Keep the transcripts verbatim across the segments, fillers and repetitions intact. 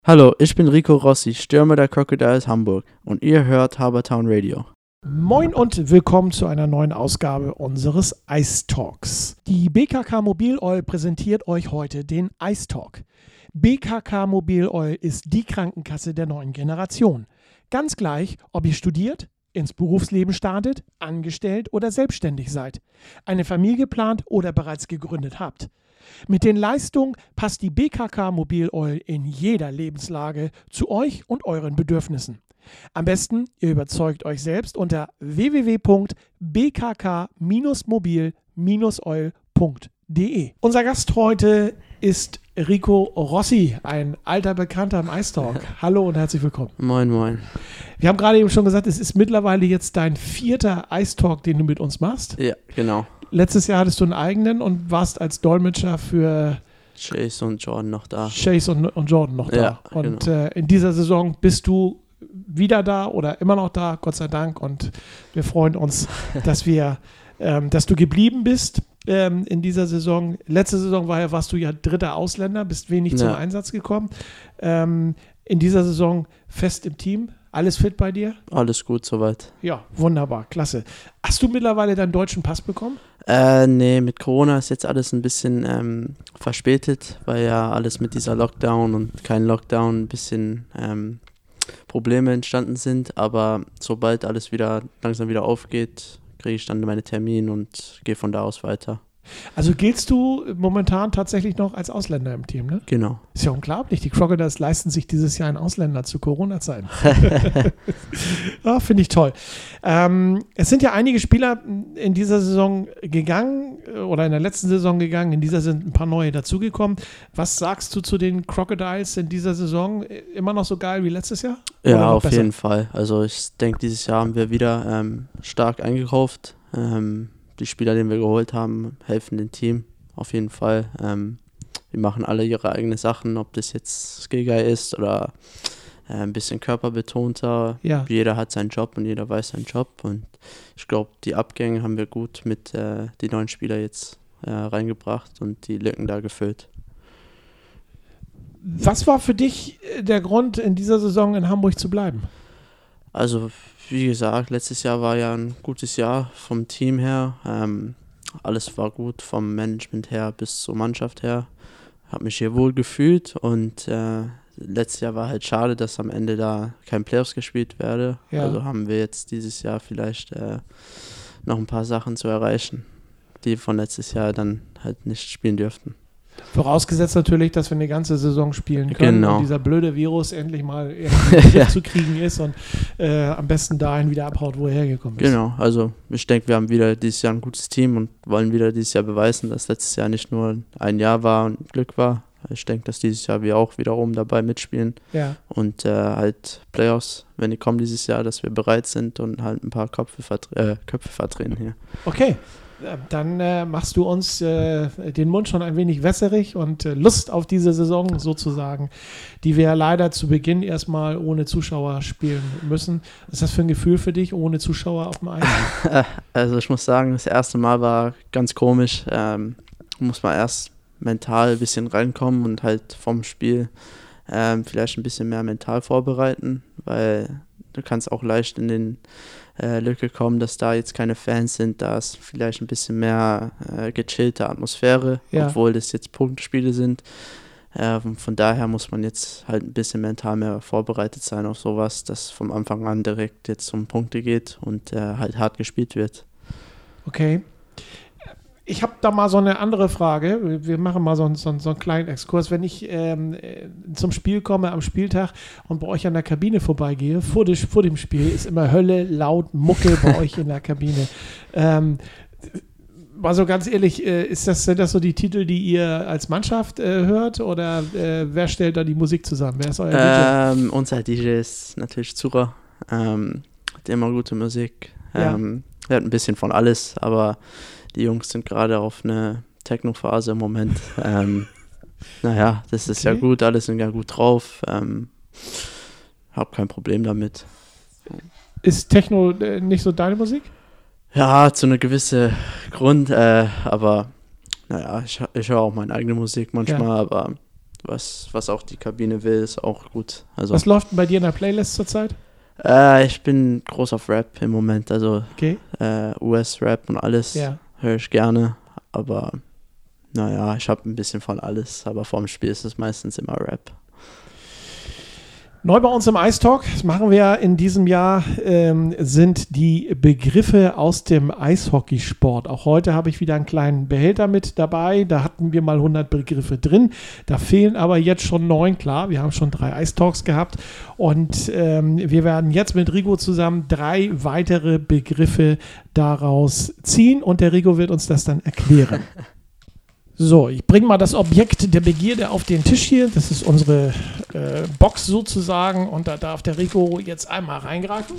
Hallo, ich bin Rico Rossi, Stürmer der Crocodiles Hamburg und ihr hört Habertown Radio. Moin und willkommen zu einer neuen Ausgabe unseres Ice Talks. Die B K K Mobil Oil präsentiert euch heute den Ice Talk. B K K Mobil Oil ist die Krankenkasse der neuen Generation. Ganz gleich, ob ihr studiert, ins Berufsleben startet, angestellt oder selbstständig seid, eine Familie plant oder bereits gegründet habt. Mit den Leistungen passt die B K K Mobil Oil in jeder Lebenslage zu euch und euren Bedürfnissen. Am besten, ihr überzeugt euch selbst unter w w w punkt b k k mobil oil punkt d e. Unser Gast heute ist Rico Rossi, ein alter Bekannter im Ice Talk. Hallo und herzlich willkommen. Moin, moin. Wir haben gerade eben schon gesagt, es ist mittlerweile jetzt dein vierter Ice Talk, den du mit uns machst. Ja, genau. Letztes Jahr hattest du einen eigenen und warst als Dolmetscher für Chase und Jordan noch da. Chase und, und Jordan noch da. Ja, und genau. äh, in dieser Saison bist du wieder da oder immer noch da, Gott sei Dank. Und wir freuen uns, dass wir, ähm, dass du geblieben bist ähm, in dieser Saison. Letzte Saison war ja, warst du ja dritter Ausländer, bist wenig Ja. zum Einsatz gekommen. Ähm, in dieser Saison fest im Team. Alles fit bei dir? Alles gut soweit. Ja, wunderbar, klasse. Hast du mittlerweile deinen deutschen Pass bekommen? Äh, nee, mit Corona ist jetzt alles ein bisschen ähm, verspätet, weil ja alles mit dieser Lockdown und kein Lockdown ein bisschen ähm, Probleme entstanden sind. Aber sobald alles wieder langsam wieder aufgeht, kriege ich dann meine Termine und gehe von da aus weiter. Also giltst du momentan tatsächlich noch als Ausländer im Team, ne? Genau. Ist ja unglaublich. Die Crocodiles leisten sich dieses Jahr einen Ausländer zu Corona-Zeiten. Ja, finde ich toll. Ähm, es sind ja einige Spieler in dieser Saison gegangen oder in der letzten Saison gegangen. In dieser sind ein paar neue dazugekommen. Was sagst du zu den Crocodiles in dieser Saison? Immer noch so geil wie letztes Jahr? Oder Ja, noch auf besser? jeden Fall. Also ich denke, dieses Jahr haben wir wieder ähm, stark eingekauft. Ähm, die Spieler, die wir geholt haben, helfen dem Team auf jeden Fall. Ähm, die machen alle ihre eigenen Sachen, ob das jetzt Skill Guy ist oder äh, ein bisschen körperbetonter. Ja. Jeder hat seinen Job und jeder weiß seinen Job. Und ich glaube, die Abgänge haben wir gut mit äh, die neuen Spieler jetzt äh, reingebracht und die Lücken da gefüllt. Was war für dich der Grund, in dieser Saison in Hamburg zu bleiben? Also, wie gesagt, letztes Jahr war ja ein gutes Jahr vom Team her. Ähm, alles war gut, vom Management her bis zur Mannschaft her. Habe mich hier wohl gefühlt und äh, letztes Jahr war halt schade, dass am Ende da kein Playoffs gespielt werde. Ja. Also haben wir jetzt dieses Jahr vielleicht äh, noch ein paar Sachen zu erreichen, die von letztes Jahr dann halt nicht spielen dürften. Vorausgesetzt natürlich, dass wir eine ganze Saison spielen können Genau. und dieser blöde Virus endlich mal irgendwie in den Griff zu kriegen ist und äh, am besten dahin wieder abhaut, wo er hergekommen ist. Genau, also ich denke, wir haben wieder dieses Jahr ein gutes Team und wollen wieder dieses Jahr beweisen, dass letztes Jahr nicht nur ein Jahr war und Glück war. Ich denke, dass dieses Jahr wir auch wiederum dabei mitspielen Ja. und äh, halt Playoffs, wenn die kommen dieses Jahr, dass wir bereit sind und halt ein paar Köpfe, vertre- äh, Köpfe vertreten hier. Okay, äh, dann äh, machst du uns äh, den Mund schon ein wenig wässerig und äh, Lust auf diese Saison sozusagen, die wir ja leider zu Beginn erstmal ohne Zuschauer spielen müssen. Was ist das für ein Gefühl für dich, ohne Zuschauer auf dem Eis? Also ich muss sagen, das erste Mal war ganz komisch. Ähm, muss man erst mental ein bisschen reinkommen und halt vom Spiel ähm, vielleicht ein bisschen mehr mental vorbereiten, weil du kannst auch leicht in den äh, Lücke kommen, dass da jetzt keine Fans sind, da ist vielleicht ein bisschen mehr äh, gechillte Atmosphäre, Ja. obwohl das jetzt Punktspiele sind. Äh, von daher muss man jetzt halt ein bisschen mental mehr vorbereitet sein auf sowas, dass vom Anfang an direkt jetzt um Punkte geht und äh, halt hart gespielt wird. Okay. Ich habe da mal so eine andere Frage. Wir machen mal so einen, so einen, so einen kleinen Exkurs. Wenn ich ähm, zum Spiel komme am Spieltag und bei euch an der Kabine vorbeigehe, vor, des, vor dem Spiel ist immer Hölle, laut, Mucke bei euch in der Kabine. Ähm, mal so ganz ehrlich, äh, ist das, sind das so die Titel, die ihr als Mannschaft äh, hört oder äh, wer stellt da die Musik zusammen? Wer ist euer D J? Ähm, unser D J ist natürlich Zura. Ähm, hat immer gute Musik. Ja. Ähm, er hat ein bisschen von alles, aber die Jungs sind gerade auf eine Techno-Phase im Moment. Ähm, naja, das ist Okay. ja gut, alle sind ja gut drauf. Ähm, hab kein Problem damit. Ist Techno äh, nicht so deine Musik? Ja, zu einer gewissen Grund, äh, aber naja, ich, ich höre auch meine eigene Musik manchmal, Ja. aber was, was auch die Kabine will, ist auch gut. Also, Was läuft denn bei dir in der Playlist zurzeit? äh, ich bin groß auf Rap im Moment, also Okay. äh, U S-Rap und alles Ja. höre ich gerne, aber naja, ich habe ein bisschen von alles, aber vorm Spiel ist es meistens immer Rap. Neu bei uns im Ice Talk, das machen wir in diesem Jahr, ähm, sind die Begriffe aus dem Eishockeysport. Auch heute habe ich wieder einen kleinen Behälter mit dabei. Da hatten wir mal hundert Begriffe drin. Da fehlen aber jetzt schon neun. Klar, wir haben schon drei Ice Talks gehabt. Und ähm, wir werden jetzt mit Rigo zusammen drei weitere Begriffe daraus ziehen. Und der Rigo wird uns das dann erklären. So, ich bringe mal das Objekt der Begierde auf den Tisch hier. Das ist unsere äh, Box sozusagen und da darf der Rico jetzt einmal reingreifen.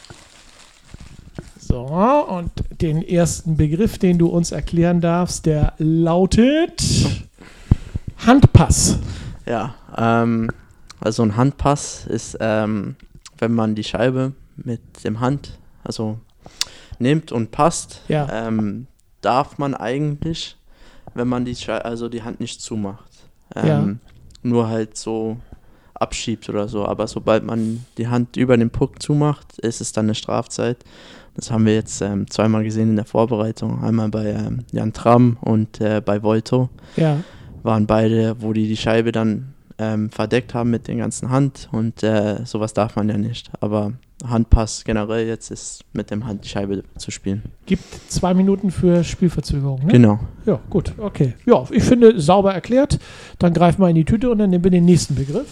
So, und den ersten Begriff, den du uns erklären darfst, der lautet Handpass. Ja, ähm, also ein Handpass ist, ähm, wenn man die Scheibe mit dem Hand, also nimmt und passt, Ja. ähm, darf man eigentlich, wenn man die Schei- also die Hand nicht zumacht. Ähm, Ja. Nur halt so abschiebt oder so. Aber sobald man die Hand über den Puck zumacht, ist es dann eine Strafzeit. Das haben wir jetzt ähm, zweimal gesehen in der Vorbereitung. Einmal bei ähm, Jan Tram und äh, bei Voito. Ja. Waren beide, wo die die Scheibe dann ähm, verdeckt haben mit der ganzen Hand. Und äh, sowas darf man ja nicht. Aber Handpass generell jetzt ist mit dem Hand die Scheibe zu spielen. Gibt zwei Minuten für Spielverzögerung, ne? Genau. Ja, gut, okay. Ja, ich finde, sauber erklärt. Dann greifen wir in die Tüte und dann nehmen wir den nächsten Begriff.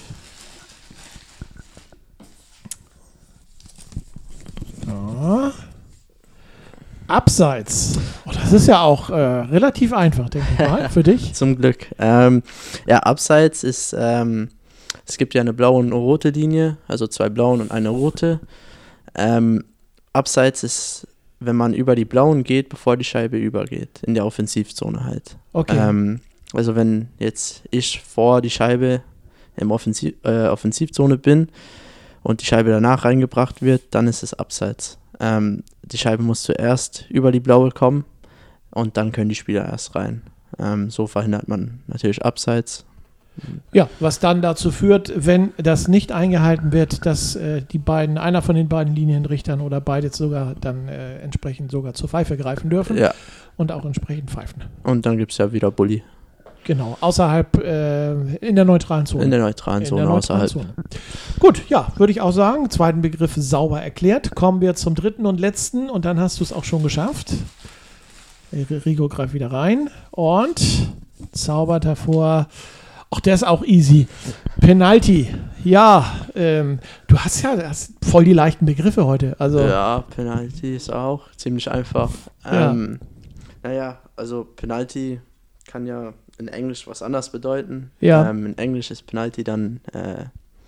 Ja. Abseits. Oh, das ist ja auch äh, relativ einfach, denke ich mal, für dich. Zum Glück. Ähm, ja, Abseits ist, ähm, es gibt ja eine blaue und eine rote Linie, also zwei blauen und eine rote. Ähm, Abseits ist, wenn man über die blauen geht, bevor die Scheibe übergeht, in der Offensivzone halt. Okay. Ähm, also wenn jetzt ich vor die Scheibe im Offensiv, äh, Offensivzone bin und die Scheibe danach reingebracht wird, dann ist es Abseits. Ähm, die Scheibe muss zuerst über die blaue kommen und dann können die Spieler erst rein. Ähm, so verhindert man natürlich Abseits. Ja, was dann dazu führt, wenn das nicht eingehalten wird, dass äh, die beiden, einer von den beiden Linienrichtern oder beide sogar dann äh, entsprechend sogar zur Pfeife greifen dürfen Ja, und auch entsprechend pfeifen. und dann gibt es ja wieder Bulli Genau, außerhalb, äh, in der neutralen Zone. in der neutralen In Zone der neutralen außerhalb. Zone. Gut, ja, würde ich auch sagen. Zweiten Begriff sauber erklärt. Kommen wir zum dritten und letzten und dann hast du es auch schon geschafft. Rigo greift wieder rein und zaubert hervor. Ach, der ist auch easy. Penalty. Ja, ähm, du hast ja hast voll die leichten Begriffe heute. Also, Ja, Penalty ist auch ziemlich einfach. Ja. Ähm, naja, also Penalty kann ja in Englisch was anderes bedeuten. Ja. Ähm, in Englisch ist Penalty dann, äh,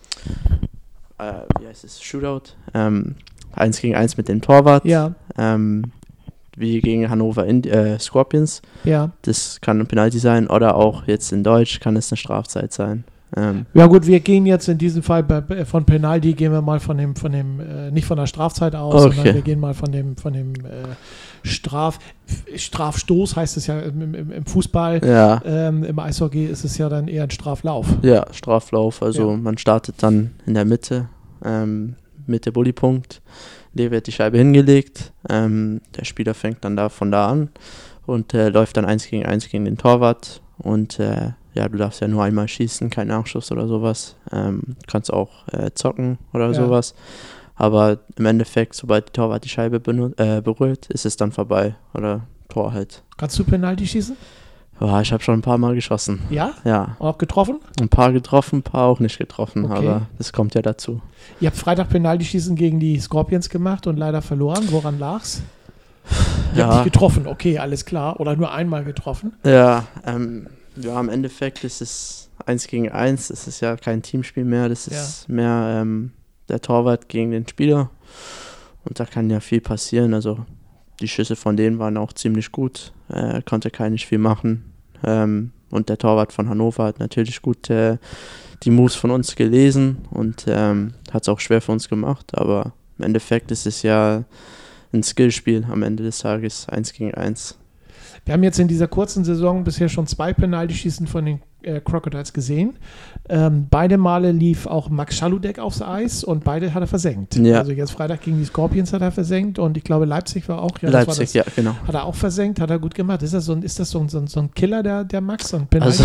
äh, wie heißt es, Shootout. Ähm, eins gegen eins mit dem Torwart. ja, Ähm, wie gegen Hannover Indi- äh, Scorpions. ja. Das kann ein Penalty sein oder auch jetzt in Deutsch kann es eine Strafzeit sein. Ähm, Ja gut, wir gehen jetzt in diesem Fall bei, von Penalty gehen wir mal von dem, von dem, äh, nicht von der Strafzeit aus, Okay. sondern wir gehen mal von dem, von dem äh, Straf, Strafstoß heißt es ja im, im, im Fußball. ja, Ähm, Im Eishockey ist es ja dann eher ein Straflauf. ja, Straflauf. Also Ja. man startet dann in der Mitte, ähm, Mitte Bullypunkt. Der wird die Scheibe hingelegt. Ähm, der Spieler fängt dann da von da an und äh, läuft dann eins gegen eins gegen den Torwart. Und äh, ja, du darfst ja nur einmal schießen, kein Nachschuss oder sowas. Ähm, kannst auch äh, zocken oder Ja. sowas. Aber im Endeffekt, sobald der Torwart die Scheibe benu- äh, berührt, ist es dann vorbei. Oder Tor halt. Kannst du Penalty schießen? Ja, ich habe schon ein paar Mal geschossen. Ja? Ja, Auch getroffen? ein paar getroffen, ein paar auch nicht getroffen. Okay. Aber das kommt ja dazu. Ihr habt Freitag Penalty schießen gegen die Scorpions gemacht und leider verloren. Woran lag's? Ihr habt Ja. nicht getroffen, okay, alles klar. Oder nur einmal getroffen. Ja, ähm, ja, im Endeffekt ist es eins gegen eins. Es ist ja kein Teamspiel mehr. Das ist mehr ähm, der Torwart gegen den Spieler. Und da kann ja viel passieren. Also die Schüsse von denen waren auch ziemlich gut. Äh, konnte keiner nicht viel machen. Ähm, und der Torwart von Hannover hat natürlich gut äh, die Moves von uns gelesen und ähm, hat es auch schwer für uns gemacht. Aber im Endeffekt ist es ja ein Skillspiel am Ende des Tages, eins gegen eins. Wir haben jetzt in dieser kurzen Saison bisher schon zwei Penalty-Schießen von den äh, Crocodiles gesehen. Ähm, beide Male lief auch Max Schaludek aufs Eis und beide hat er versenkt. Ja. Also jetzt Freitag gegen die Scorpions hat er versenkt und ich glaube Leipzig war auch. Ja, Leipzig, das war das, ja, genau. Hat er auch versenkt, hat er gut gemacht. Ist das so ein, ist das so ein, so ein, so ein Killer, der, der Max? Und also,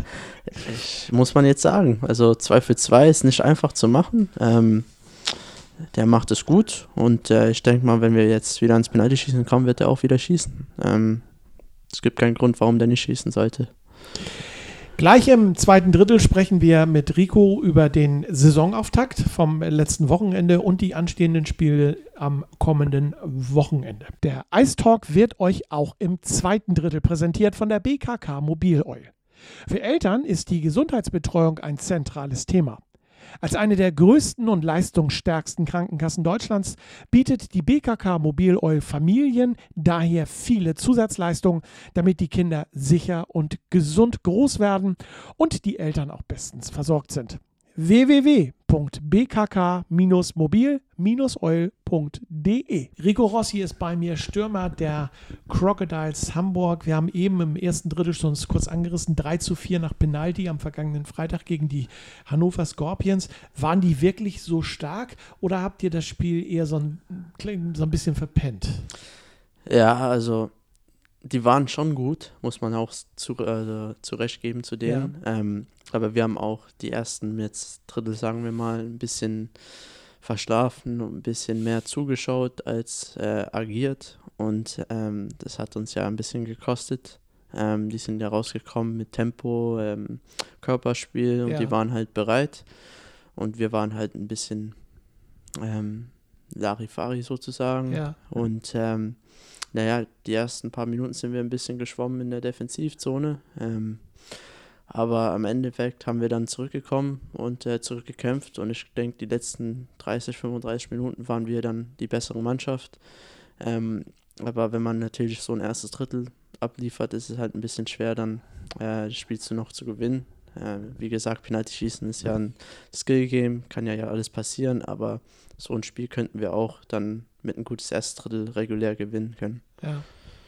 ich, muss man jetzt sagen, also zwei für zwei ist nicht einfach zu machen. Ähm, der macht es gut und äh, ich denke mal, wenn wir jetzt wieder ans Penalty-Schießen kommen, wird er auch wieder schießen. Ähm, es gibt keinen Grund, warum der nicht schießen sollte. Gleich im zweiten Drittel sprechen wir mit Rico über den Saisonauftakt vom letzten Wochenende und die anstehenden Spiele am kommenden Wochenende. Der Ice Talk wird euch auch im zweiten Drittel präsentiert von der B K K Mobil Oil. Für Eltern ist die Gesundheitsbetreuung ein zentrales Thema. Als eine der größten und leistungsstärksten Krankenkassen Deutschlands bietet die B K K Mobil Oil Familien daher viele Zusatzleistungen, damit die Kinder sicher und gesund groß werden und die Eltern auch bestens versorgt sind. w w w punkt b k k mobil oil punkt d e. Rico Rossi ist bei mir, Stürmer der Crocodiles Hamburg. Wir haben eben im ersten Drittel schon kurz angerissen, drei zu vier nach Penalty am vergangenen Freitag gegen die Hannover Scorpions. Waren die wirklich so stark oder habt ihr das Spiel eher so ein, so ein bisschen verpennt? Ja, also die waren schon gut, muss man auch zu, äh, zurechtgeben zu denen. Ja. Ähm, aber wir haben auch die ersten jetzt Drittel, sagen wir mal, ein bisschen verschlafen und ein bisschen mehr zugeschaut als äh, agiert. Und ähm, das hat uns ja ein bisschen gekostet. Ähm, die sind ja rausgekommen mit Tempo, ähm, Körperspiel und ja. die waren halt bereit. Und wir waren halt ein bisschen ähm, Larifari sozusagen. Ja. Und ähm, naja, die ersten paar Minuten sind wir ein bisschen geschwommen in der Defensivzone. Ähm, aber am Endeffekt haben wir dann zurückgekommen und äh, zurückgekämpft. Und ich denke, die letzten dreißig, fünfunddreißig Minuten waren wir dann die bessere Mannschaft. Ähm, aber wenn man natürlich so ein erstes Drittel abliefert, ist es halt ein bisschen schwer, dann äh, das Spiel zu noch zu gewinnen. Äh, wie gesagt, Penalty-Schießen ist ja ein Skill-Game, kann ja ja alles passieren, aber so ein Spiel könnten wir auch dann mit ein gutes erstes Drittel regulär gewinnen können. Ja.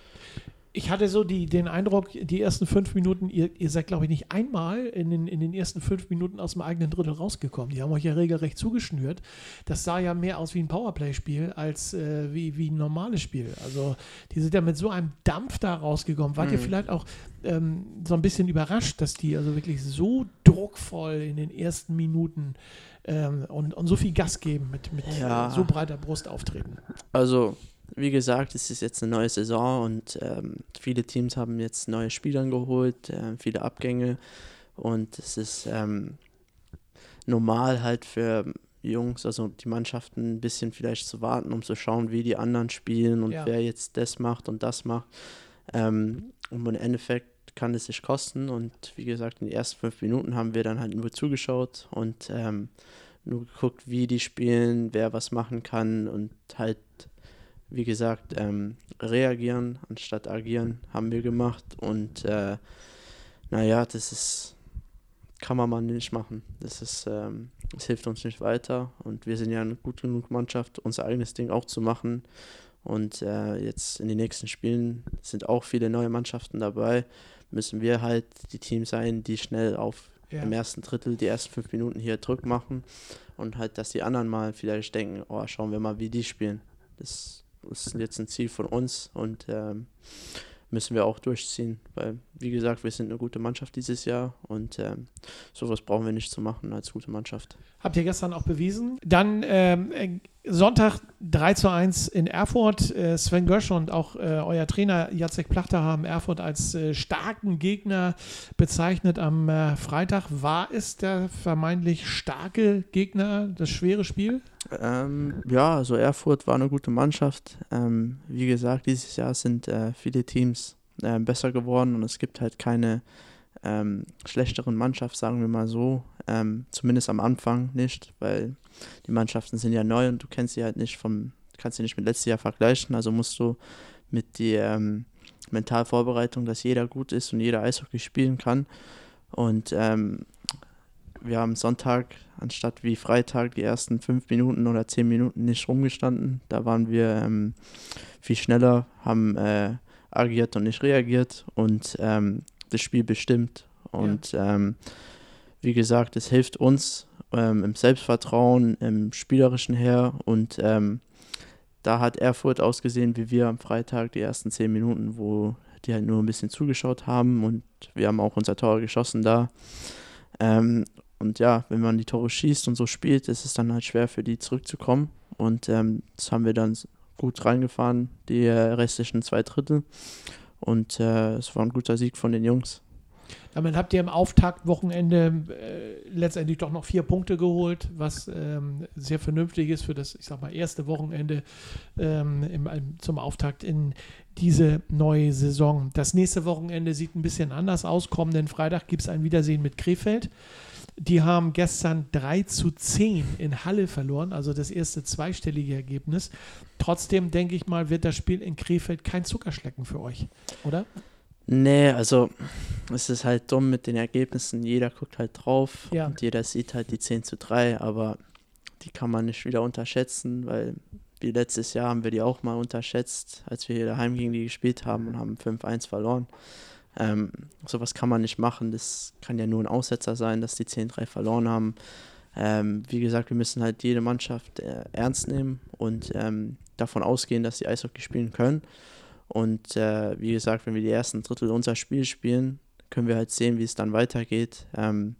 Ich hatte so die, den Eindruck, die ersten fünf Minuten, ihr, ihr seid, glaube ich, nicht einmal in den, in den ersten fünf Minuten aus dem eigenen Drittel rausgekommen. Die haben euch ja regelrecht zugeschnürt. Das sah ja mehr aus wie ein Powerplay-Spiel als äh, wie, wie ein normales Spiel. Also die sind ja mit so einem Dampf da rausgekommen. Wart mhm. ihr vielleicht auch ähm, so ein bisschen überrascht, dass die also wirklich so druckvoll in den ersten Minuten ähm, und, und so viel Gas geben, mit, mit ja. so breiter Brust auftreten? Also wie gesagt, es ist jetzt eine neue Saison und ähm, viele Teams haben jetzt neue Spieler geholt, äh, viele Abgänge und es ist ähm, normal halt für Jungs, also die Mannschaften ein bisschen vielleicht zu warten, um zu schauen, wie die anderen spielen und ja. wer jetzt das macht und das macht. Ähm, und im Endeffekt kann es sich kosten und wie gesagt, in den ersten fünf Minuten haben wir dann halt nur zugeschaut und ähm, nur geguckt, wie die spielen, wer was machen kann und halt wie gesagt, ähm, reagieren anstatt agieren haben wir gemacht und äh, naja, das ist, kann man mal nicht machen. Das ist, ähm, das hilft uns nicht weiter und wir sind ja eine gut genug Mannschaft, unser eigenes Ding auch zu machen und äh, jetzt in den nächsten Spielen sind auch viele neue Mannschaften dabei, müssen wir halt die Teams sein, die schnell auf ja. im ersten Drittel die ersten fünf Minuten hier Druck machen und halt, dass die anderen mal vielleicht denken, oh, schauen wir mal, wie die spielen. Das Das ist jetzt ein Ziel von uns und ähm, müssen wir auch durchziehen, weil, wie gesagt, wir sind eine gute Mannschaft dieses Jahr und ähm, sowas brauchen wir nicht zu machen als gute Mannschaft. Habt ihr gestern auch bewiesen. Dann ähm, Sonntag drei zu eins in Erfurt. Äh, Sven Gösch und auch äh, euer Trainer Jacek Plachter haben Erfurt als äh, starken Gegner bezeichnet am äh, Freitag. War es der vermeintlich starke Gegner, das schwere Spiel? Ähm, ja, also Erfurt war eine gute Mannschaft. Ähm, wie gesagt, dieses Jahr sind äh, viele Teams äh, besser geworden und es gibt halt keine ähm, schlechteren Mannschaft, sagen wir mal so. Ähm, zumindest am Anfang nicht, weil die Mannschaften sind ja neu und du kennst sie halt nicht vom, kannst sie nicht mit letztes Jahr vergleichen. Also musst du mit der ähm, Mentalvorbereitung, dass jeder gut ist und jeder Eishockey spielen kann. Und ähm, wir haben Sonntag anstatt wie Freitag die ersten fünf Minuten oder zehn Minuten nicht rumgestanden. Da waren wir ähm, viel schneller, haben äh, agiert und nicht reagiert und ähm, das Spiel bestimmt. Und ja. ähm, wie gesagt, es hilft uns ähm, im Selbstvertrauen, im Spielerischen her. Und ähm, da hat Erfurt ausgesehen wie wir am Freitag, die ersten zehn Minuten, wo die halt nur ein bisschen zugeschaut haben. Und wir haben auch unser Tor geschossen da. Ähm, und ja, wenn man die Tore schießt und so spielt, ist es dann halt schwer für die zurückzukommen. Und ähm, das haben wir dann gut reingefahren, die äh, restlichen zwei Drittel. Und äh, es war ein guter Sieg von den Jungs. Damit habt ihr im Auftaktwochenende äh, letztendlich doch noch vier Punkte geholt, was ähm, sehr vernünftig ist für das, ich sag mal, erste Wochenende ähm, im, im, zum Auftakt in diese neue Saison. Das nächste Wochenende sieht ein bisschen anders aus. Kommenden Freitag gibt es ein Wiedersehen mit Krefeld. Die haben gestern drei zu zehn in Halle verloren, also das erste zweistellige Ergebnis. Trotzdem, denke ich mal, wird das Spiel in Krefeld kein Zuckerschlecken für euch, oder? Nee, also es ist halt dumm mit den Ergebnissen. Jeder guckt halt drauf ja. und jeder sieht halt die zehn zu drei, aber die kann man nicht wieder unterschätzen, weil wie letztes Jahr haben wir die auch mal unterschätzt, als wir hier daheim gegen die gespielt haben und haben fünf eins verloren. Ähm, sowas kann man nicht machen, das kann ja nur ein Aussetzer sein, dass die zehn drei verloren haben. Ähm, wie gesagt, wir müssen halt jede Mannschaft äh, ernst nehmen und ähm, davon ausgehen, dass sie Eishockey spielen können. Und äh, wie gesagt, wenn wir die ersten Drittel unser Spiel spielen, können wir halt sehen, wie es dann weitergeht. Ähm,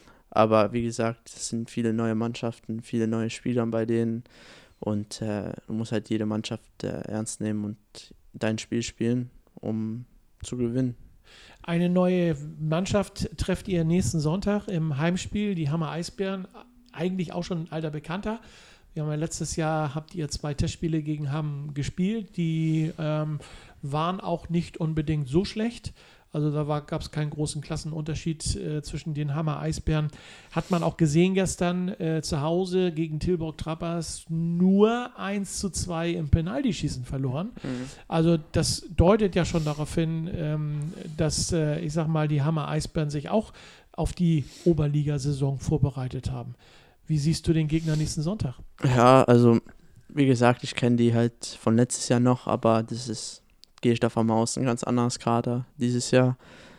aber wie gesagt, es sind viele neue Mannschaften, viele neue Spieler bei denen und äh, du musst halt jede Mannschaft äh, ernst nehmen und dein Spiel spielen, um zu gewinnen. Eine neue Mannschaft trefft ihr nächsten Sonntag im Heimspiel, die Hammer Eisbären, eigentlich auch schon ein alter Bekannter. Wir haben ja letztes Jahr, habt ihr zwei Testspiele gegen Hamm gespielt, die ähm, waren auch nicht unbedingt so schlecht. Also da gab es keinen großen Klassenunterschied äh, zwischen den Hammer Eisbären. Hat man auch gesehen gestern äh, zu Hause gegen Tilburg Trappers nur eins zu zwei im Penaltyschießen verloren. Mhm. Also das deutet ja schon darauf hin, ähm, dass, äh, ich sag mal, die Hammer Eisbären sich auch auf die Oberligasaison vorbereitet haben. Wie siehst du den Gegner nächsten Sonntag? Ja, also wie gesagt, ich kenne die halt von letztes Jahr noch, aber das ist, gehe ich davon mal aus, ein ganz anderes Kader dieses Jahr.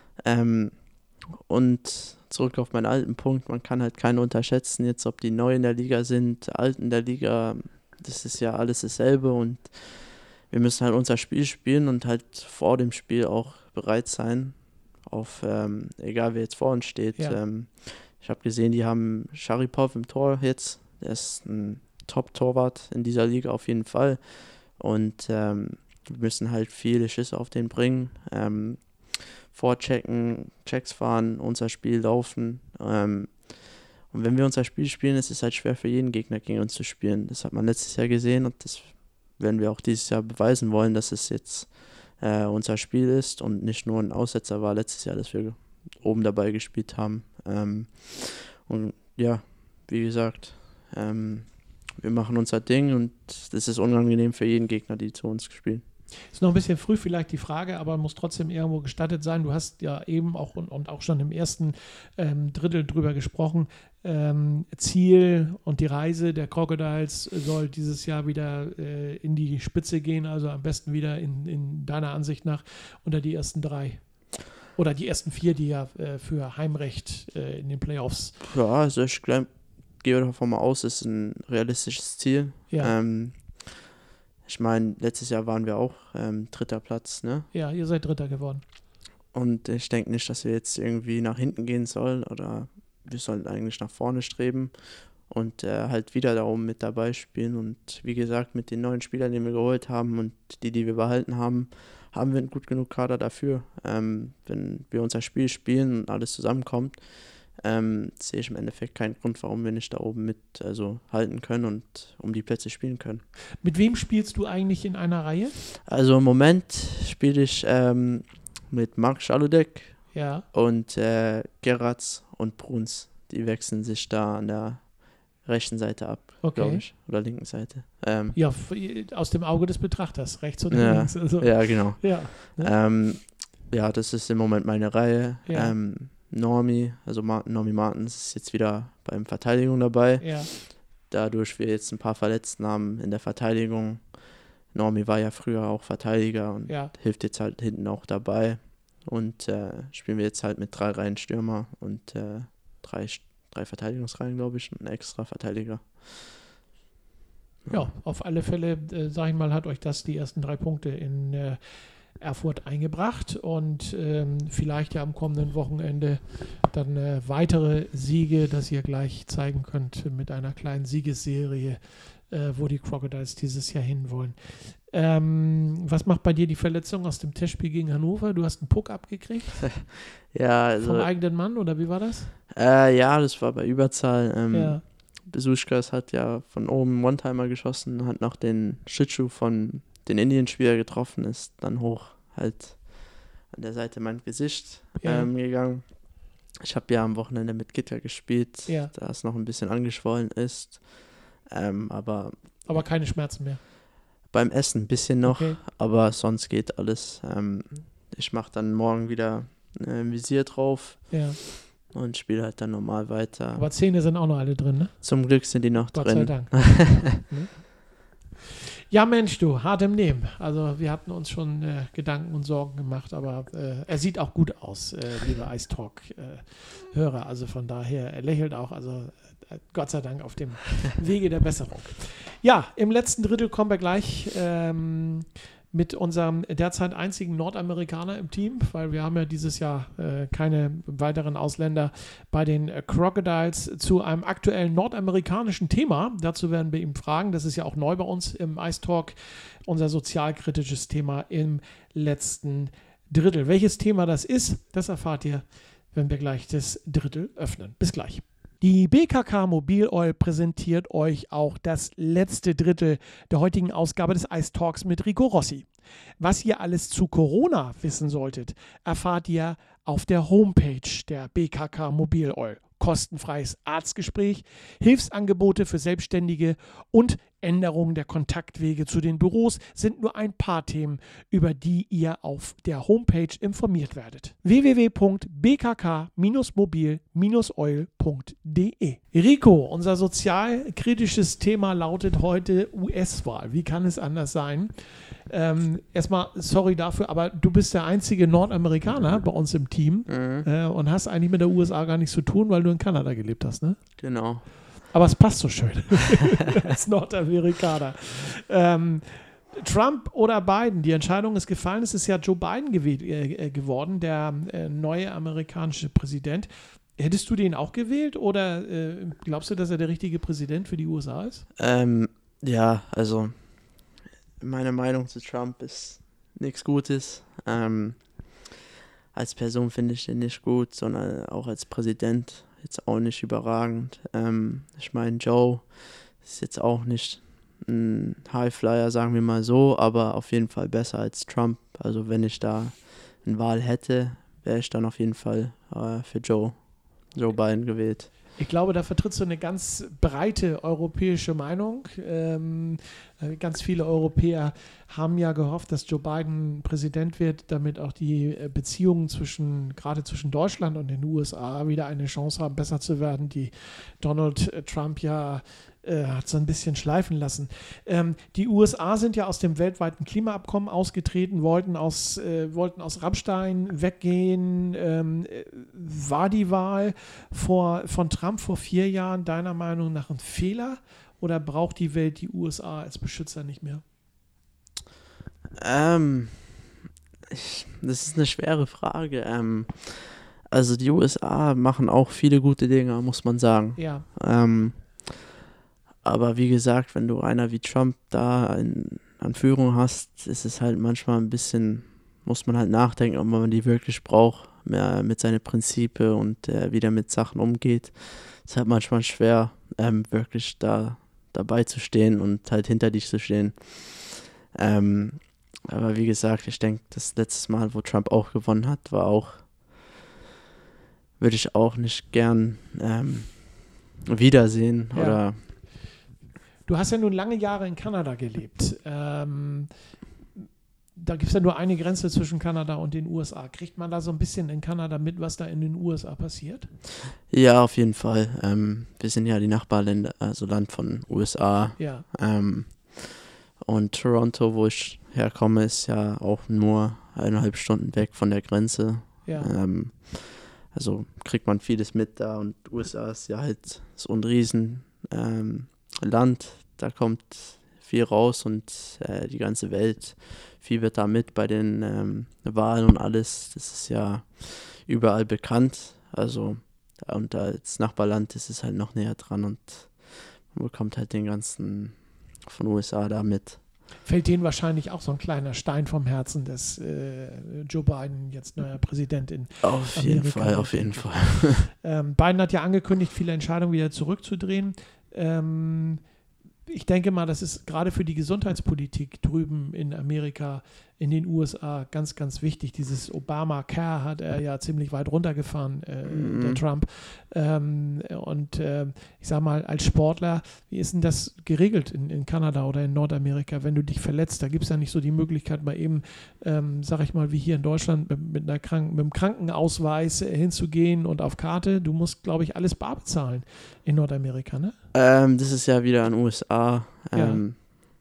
Ähm, und zurück auf meinen alten Punkt, man kann halt keinen unterschätzen, jetzt ob die neu in der Liga sind, alt in der Liga, das ist ja alles dasselbe und wir müssen halt unser Spiel spielen und halt vor dem Spiel auch bereit sein, auf ähm, egal wer jetzt vor uns steht. Ja. Ähm, ich habe gesehen, die haben Sharipov im Tor jetzt, der ist ein Top-Torwart in dieser Liga auf jeden Fall und ähm, wir müssen halt viele Schüsse auf den bringen, ähm, vorchecken, Checks fahren, unser Spiel laufen. Ähm, und wenn wir unser Spiel spielen, ist es halt schwer für jeden Gegner gegen uns zu spielen. Das hat man letztes Jahr gesehen und das werden wir auch dieses Jahr beweisen wollen, dass es jetzt äh, unser Spiel ist und nicht nur ein Aussetzer war letztes Jahr, dass wir oben dabei gespielt haben. Ähm, und ja, wie gesagt, ähm, wir machen unser Ding und das ist unangenehm für jeden Gegner, die zu uns spielen. Ist noch ein bisschen früh vielleicht die Frage, aber muss trotzdem irgendwo gestattet sein. Du hast ja eben auch und, und auch schon im ersten ähm, Drittel drüber gesprochen. Ähm, Ziel und die Reise der Crocodiles soll dieses Jahr wieder äh, in die Spitze gehen, also am besten wieder in, in deiner Ansicht nach unter die ersten drei. Oder die ersten vier, die ja äh, für Heimrecht äh, in den Playoffs. Ja, also ich glaub, gehe davon mal aus, es ist ein realistisches Ziel. Ja. Ähm, Ich meine, letztes Jahr waren wir auch ähm, dritter Platz, ne? Ja, ihr seid Dritter geworden. Und ich denke nicht, dass wir jetzt irgendwie nach hinten gehen sollen oder wir sollen eigentlich nach vorne streben und äh, halt wieder da oben mit dabei spielen. Und wie gesagt, mit den neuen Spielern, die wir geholt haben und die, die wir behalten haben, haben wir einen gut genug Kader dafür. Ähm, wenn wir unser Spiel spielen und alles zusammenkommt, Ähm, sehe ich im Endeffekt keinen Grund, warum wir nicht da oben mit also halten können und um die Plätze spielen können. Mit wem spielst du eigentlich in einer Reihe? Also im Moment spiele ich ähm, mit Marc Schaludek ja. und äh, Geratz und Bruns. Die wechseln sich da an der rechten Seite ab, okay. glaube ich, oder linken Seite. Ähm, ja, aus dem Auge des Betrachters, rechts oder ja, links. Also. Ja, genau. Ja, ne? ähm, ja, das ist im Moment meine Reihe. Ja. Ähm, Normi, also Martin, Normi Martens ist jetzt wieder beim Verteidigung dabei. Ja. Dadurch wir jetzt ein paar Verletzten haben in der Verteidigung. Normi war ja früher auch Verteidiger und ja. hilft jetzt halt hinten auch dabei. und äh, spielen wir jetzt halt mit drei Reihen Stürmer und äh, drei, drei Verteidigungsreihen, glaube ich, und einen extra Verteidiger. Ja, auf alle Fälle, äh, sag ich mal, hat euch das die ersten drei Punkte in äh, Erfurt eingebracht und ähm, vielleicht ja am kommenden Wochenende dann äh, weitere Siege, dass ihr gleich zeigen könnt mit einer kleinen Siegesserie, äh, wo die Crocodiles dieses Jahr hinwollen. Ähm, was macht bei dir die Verletzung aus dem Testspiel gegen Hannover? Du hast einen Puck abgekriegt? Ja, also, vom eigenen Mann oder wie war das? Äh, ja, das war bei Überzahl. Ähm, Ja. Besuschkas hat ja von oben einen One-Timer geschossen, hat noch den Schlittschuh von den Indienspieler getroffen, ist dann hoch halt an der Seite mein Gesicht Ja. ähm, gegangen. Ich habe ja am Wochenende mit Gitter gespielt, Ja. da es noch ein bisschen angeschwollen ist. Ähm, aber Aber keine Schmerzen mehr. beim Essen ein bisschen noch, Okay. aber sonst geht alles. Ähm, ich mache dann morgen wieder ein Visier drauf Ja. und spiele halt dann normal weiter. Aber Zähne sind auch noch alle drin, ne? Zum Glück sind die noch Gott drin. sei Dank. Ne? Ja, Mensch, du, hart im Nehmen. Also wir hatten uns schon äh, Gedanken und Sorgen gemacht, aber äh, er sieht auch gut aus, äh, liebe Ice Talk-Hörer. Also von daher, er lächelt auch, also äh, Gott sei Dank auf dem Wege der Besserung. Ja, im letzten Drittel kommen wir gleich ähm, mit unserem derzeit einzigen Nordamerikaner im Team, weil wir haben ja dieses Jahr äh, keine weiteren Ausländer bei den äh, Crocodiles, zu einem aktuellen nordamerikanischen Thema. Dazu werden wir ihn fragen. Das ist ja auch neu bei uns im Ice Talk, unser sozialkritisches Thema im letzten Drittel. Welches Thema das ist, das erfahrt ihr, wenn wir gleich das Drittel öffnen. Bis gleich. Die B K K Mobil Oil präsentiert euch auch das letzte Drittel der heutigen Ausgabe des Ice Talks mit Rico Rossi. Was ihr alles zu Corona wissen solltet, erfahrt ihr auf der Homepage der B K K Mobil Oil. Kostenfreies Arztgespräch, Hilfsangebote für Selbstständige und Änderungen der Kontaktwege zu den Büros sind nur ein paar Themen, über die ihr auf der Homepage informiert werdet. w w w punkt b k k mobil oil punkt d e. Rico, unser sozialkritisches Thema lautet heute U S-Wahl. Wie kann es anders sein? Ähm, erstmal, sorry dafür, aber du bist der einzige Nordamerikaner bei uns im Team Mhm. äh, und hast eigentlich mit der U S A gar nichts zu tun, weil du in Kanada gelebt hast, ne? Genau. Aber es passt so schön als Nordamerikaner. Ähm, Trump oder Biden, die Entscheidung ist gefallen. Es ist ja Joe Biden gewählt, äh, geworden, der äh, neue amerikanische Präsident. Hättest du den auch gewählt oder äh, glaubst du, dass er der richtige Präsident für die U S A ist? Ähm, ja, also meine Meinung zu Trump ist nichts Gutes. Ähm, als Person finde ich den nicht gut, sondern auch als Präsident jetzt auch nicht überragend. Ähm, ich meine, Joe ist jetzt auch nicht ein Highflyer, sagen wir mal so, aber auf jeden Fall besser als Trump. Also wenn ich da eine Wahl hätte, wäre ich dann auf jeden Fall äh, für Joe, Joe Biden gewählt. Ich glaube, da vertrittst du eine ganz breite europäische Meinung. Ähm, ganz viele Europäer haben ja gehofft, dass Joe Biden Präsident wird, damit auch die Beziehungen zwischen, gerade zwischen Deutschland und den U S A wieder eine Chance haben, besser zu werden, die Donald Trump ja äh, hat so ein bisschen schleifen lassen. Ähm, die U S A sind ja aus dem weltweiten Klimaabkommen ausgetreten, wollten aus, äh, wollten aus Rammstein weggehen. Ähm, war die Wahl vor, von Trump vor vier Jahren deiner Meinung nach ein Fehler oder braucht die Welt die U S A als Beschützer nicht mehr? Ähm, ich, das ist eine schwere Frage. Ähm, also die U S A machen auch viele gute Dinge, muss man sagen. Ja. Ähm, aber wie gesagt, wenn du einer wie Trump da in, an Führung hast, ist es halt manchmal ein bisschen, muss man halt nachdenken, ob man die wirklich braucht, mehr mit seinen Prinzipien und äh, wie der mit Sachen umgeht. Es ist halt manchmal schwer, ähm, wirklich da dabei zu stehen und halt hinter dich zu stehen. Ähm, aber wie gesagt, ich denke, das letzte Mal, wo Trump auch gewonnen hat, war auch, würde ich auch nicht gern ähm, wiedersehen. Ja. Oder Du hast ja nun lange Jahre in Kanada gelebt. Ähm, da gibt es ja nur eine Grenze zwischen Kanada und den U S A. Kriegt man da so ein bisschen in Kanada mit, was da in den U S A passiert? Ja, auf jeden Fall. Ähm, wir sind ja die Nachbarländer, also Land von U S A. Ja. Ähm, und Toronto, wo ich herkomme, ist ja auch nur eineinhalb Stunden weg von der Grenze. Ja. Ähm, also kriegt man vieles mit da und U S A ist ja halt so ein riesen ähm, Land, da kommt viel raus und äh, die ganze Welt fiebert da mit bei den ähm, Wahlen und alles. Das ist ja überall bekannt. Also und als Nachbarland ist es halt noch näher dran und man bekommt halt den ganzen von U S A da mit. Fällt denen wahrscheinlich auch so ein kleiner Stein vom Herzen, dass äh, Joe Biden jetzt neuer Präsident in Auf Amerika jeden Fall, wird. auf jeden Fall. Ähm, Biden hat ja angekündigt, viele Entscheidungen wieder zurückzudrehen. Ähm, ich denke mal, das ist gerade für die Gesundheitspolitik drüben in Amerika, in den U S A ganz, ganz wichtig. Dieses Obamacare hat er ja ziemlich weit runtergefahren, äh, Mhm. der Trump. Ähm, und äh, ich sag mal, als Sportler, wie ist denn das geregelt in, in Kanada oder in Nordamerika, wenn du dich verletzt? Da gibt es ja nicht so die Möglichkeit, mal eben, ähm, sag ich mal, wie hier in Deutschland mit, mit, einer Kranken, mit einem Krankenausweis äh, hinzugehen und auf Karte. Du musst, glaube ich, alles bar bezahlen in Nordamerika, ne? Ähm, das ist ja wieder in den U S A. Ähm,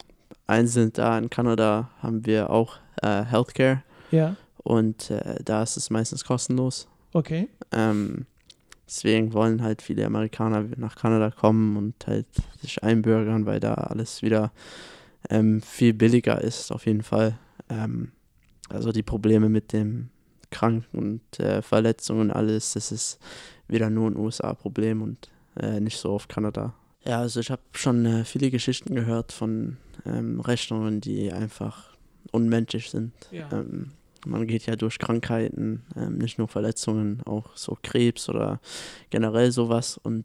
Einzeln da in Kanada haben wir auch äh, Healthcare Ja, und äh, da ist es meistens kostenlos. okay. Ähm, deswegen wollen halt viele Amerikaner nach Kanada kommen und halt sich einbürgern, weil da alles wieder ähm, viel billiger ist, auf jeden Fall. Ähm, also die Probleme mit dem Kranken und äh, Verletzungen und alles, das ist wieder nur ein U S A-Problem und äh, nicht so auf Kanada. Ja, also ich habe schon äh, viele Geschichten gehört von ähm, Rechnungen, die einfach unmenschlich sind. Ja. Ähm, man geht ja durch Krankheiten, ähm, nicht nur Verletzungen, auch so Krebs oder generell sowas. Und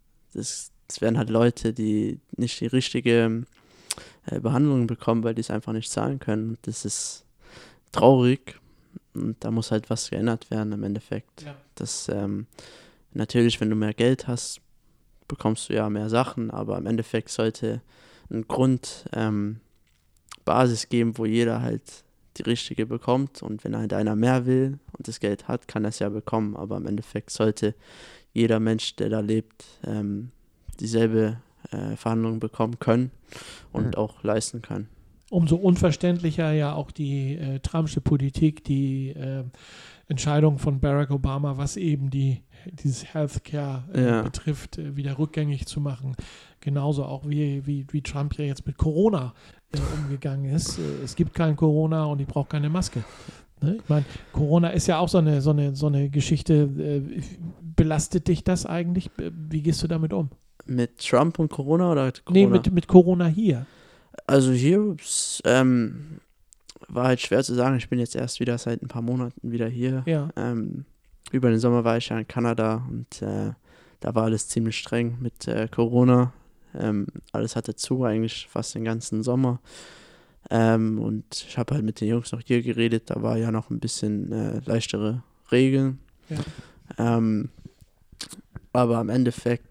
das, das werden halt Leute, die nicht die richtige äh, Behandlung bekommen, weil die es einfach nicht zahlen können. Und das ist traurig und da muss halt was geändert werden im Endeffekt. Ja. Das, ähm, natürlich, wenn du mehr Geld hast, bekommst du ja mehr Sachen, aber im Endeffekt sollte ein Grund ähm, Basis geben, wo jeder halt die richtige bekommt und wenn halt einer mehr will und das Geld hat, kann er es ja bekommen, aber im Endeffekt sollte jeder Mensch, der da lebt, ähm, dieselbe äh, Verhandlung bekommen können und Mhm. auch leisten können. Umso unverständlicher ja auch die äh, Trumpsche Politik, die äh, Entscheidung von Barack Obama, was eben die, dieses Healthcare äh, Ja. betrifft, äh, wieder rückgängig zu machen. Genauso auch wie, wie, wie Trump ja jetzt mit Corona äh, umgegangen ist. Äh, es gibt kein Corona und ich brauche keine Maske. Ne? Ich meine, Corona ist ja auch so eine, so eine, so eine Geschichte. Äh, belastet dich das eigentlich? Wie gehst du damit um? Mit Trump und Corona oder Corona? Nee, mit, mit Corona hier. Also hier ähm, war halt schwer zu sagen. Ich bin jetzt erst wieder seit ein paar Monaten wieder hier. Ja. Ähm, über den Sommer war ich ja in Kanada und äh, da war alles ziemlich streng mit äh, Corona. Ähm, alles hatte zu, eigentlich fast den ganzen Sommer. Ähm, und ich habe halt mit den Jungs noch hier geredet. Da war ja noch ein bisschen äh, leichtere Regeln. Ja. Ähm, aber im Endeffekt,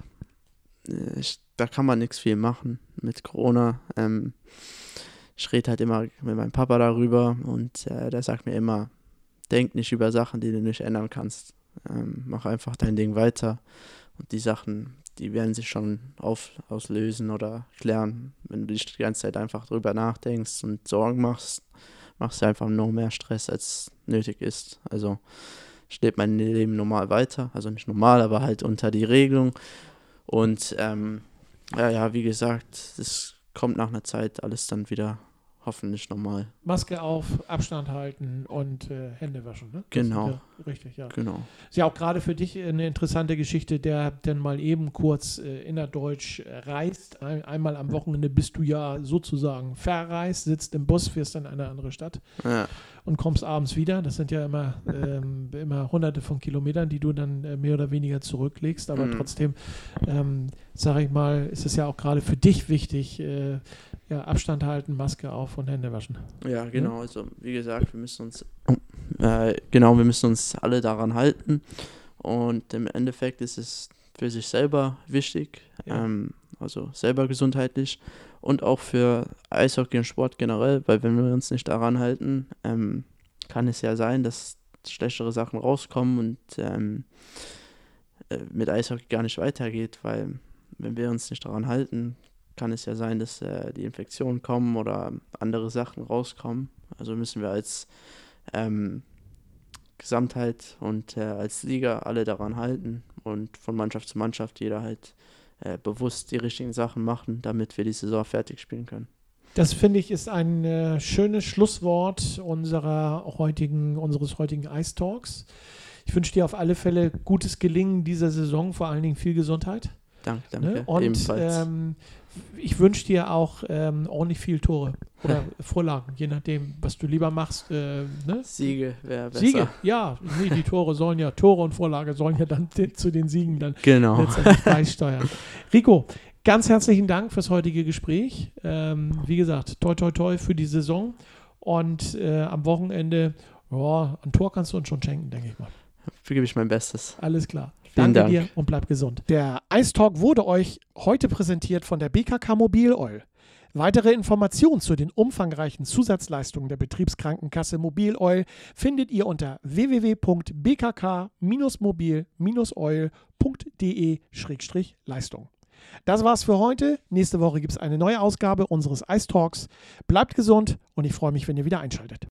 äh, ich, da kann man nichts viel machen mit Corona. Ähm, ich rede halt immer mit meinem Papa darüber und äh, der sagt mir immer, denk nicht über Sachen, die du nicht ändern kannst. Ähm, mach einfach dein Ding weiter und die Sachen, die werden sich schon auf, auslösen oder klären. Wenn du dich die ganze Zeit einfach drüber nachdenkst und Sorgen machst, machst du einfach nur mehr Stress, als nötig ist. Also ich lebe mein Leben normal weiter, also nicht normal, aber halt unter die Regelung. Und ähm, ja, ja, wie gesagt, es kommt nach einer Zeit alles dann wieder hoffentlich normal. Maske auf, Abstand halten und äh, Hände waschen, ne? Das Genau. ist ja richtig, ja. Genau. Ist ja auch gerade für dich eine interessante Geschichte, der dann mal eben kurz äh, innerdeutsch äh, reist. Ein, einmal am Wochenende bist du ja sozusagen verreist, sitzt im Bus, fährst in eine andere Stadt Ja. und kommst abends wieder. Das sind ja immer, ähm, immer hunderte von Kilometern, die du dann äh, mehr oder weniger zurücklegst. Aber Mhm. trotzdem, ähm, sage ich mal, ist es ja auch gerade für dich wichtig, äh, ja, Abstand halten, Maske auf und Hände waschen. Ja, genau. Also wie gesagt, wir müssen uns äh, genau, wir müssen uns alle daran halten. Und im Endeffekt ist es für sich selber wichtig, Ja. ähm, also selber gesundheitlich und auch für Eishockey und Sport generell, weil wenn wir uns nicht daran halten, ähm, kann es ja sein, dass schlechtere Sachen rauskommen und ähm, äh, mit Eishockey gar nicht weitergeht, weil wenn wir uns nicht daran halten, kann es ja sein, dass äh, die Infektionen kommen oder andere Sachen rauskommen. Also müssen wir als ähm, Gesamtheit und äh, als Liga alle daran halten und von Mannschaft zu Mannschaft jeder halt äh, bewusst die richtigen Sachen machen, damit wir die Saison fertig spielen können. Das, finde ich, ist ein äh, schönes Schlusswort unserer heutigen, unseres heutigen Ice Talks. Ich wünsche dir auf alle Fälle gutes Gelingen dieser Saison, vor allen Dingen viel Gesundheit. Danke, danke. Ne? Und ebenfalls. Ähm, ich wünsche dir auch ähm, ordentlich viel Tore oder Vorlagen, je nachdem, was du lieber machst. Äh, ne? Siege wäre besser. Siege, ja. Nee, die Tore sollen ja, Tore und Vorlage sollen ja dann de- zu den Siegen dann genau. letztendlich beisteuern. Rico, ganz herzlichen Dank fürs heutige Gespräch. Ähm, wie gesagt, toi toi toi für die Saison. Und äh, am Wochenende, ja, ein Tor kannst du uns schon schenken, denke ich mal. Dafür gebe ich mein Bestes. Alles klar. Vielen Danke Dank. dir und bleib gesund. Der Ice Talk wurde euch heute präsentiert von der B K K Mobil Oil. Weitere Informationen zu den umfangreichen Zusatzleistungen der Betriebskrankenkasse Mobil Oil findet ihr unter w w w punkt b k k mobil oil punkt d e Schrägstrich Leistung. Das war's für heute. Nächste Woche gibt es eine neue Ausgabe unseres Ice Talks. Bleibt gesund und ich freue mich, wenn ihr wieder einschaltet.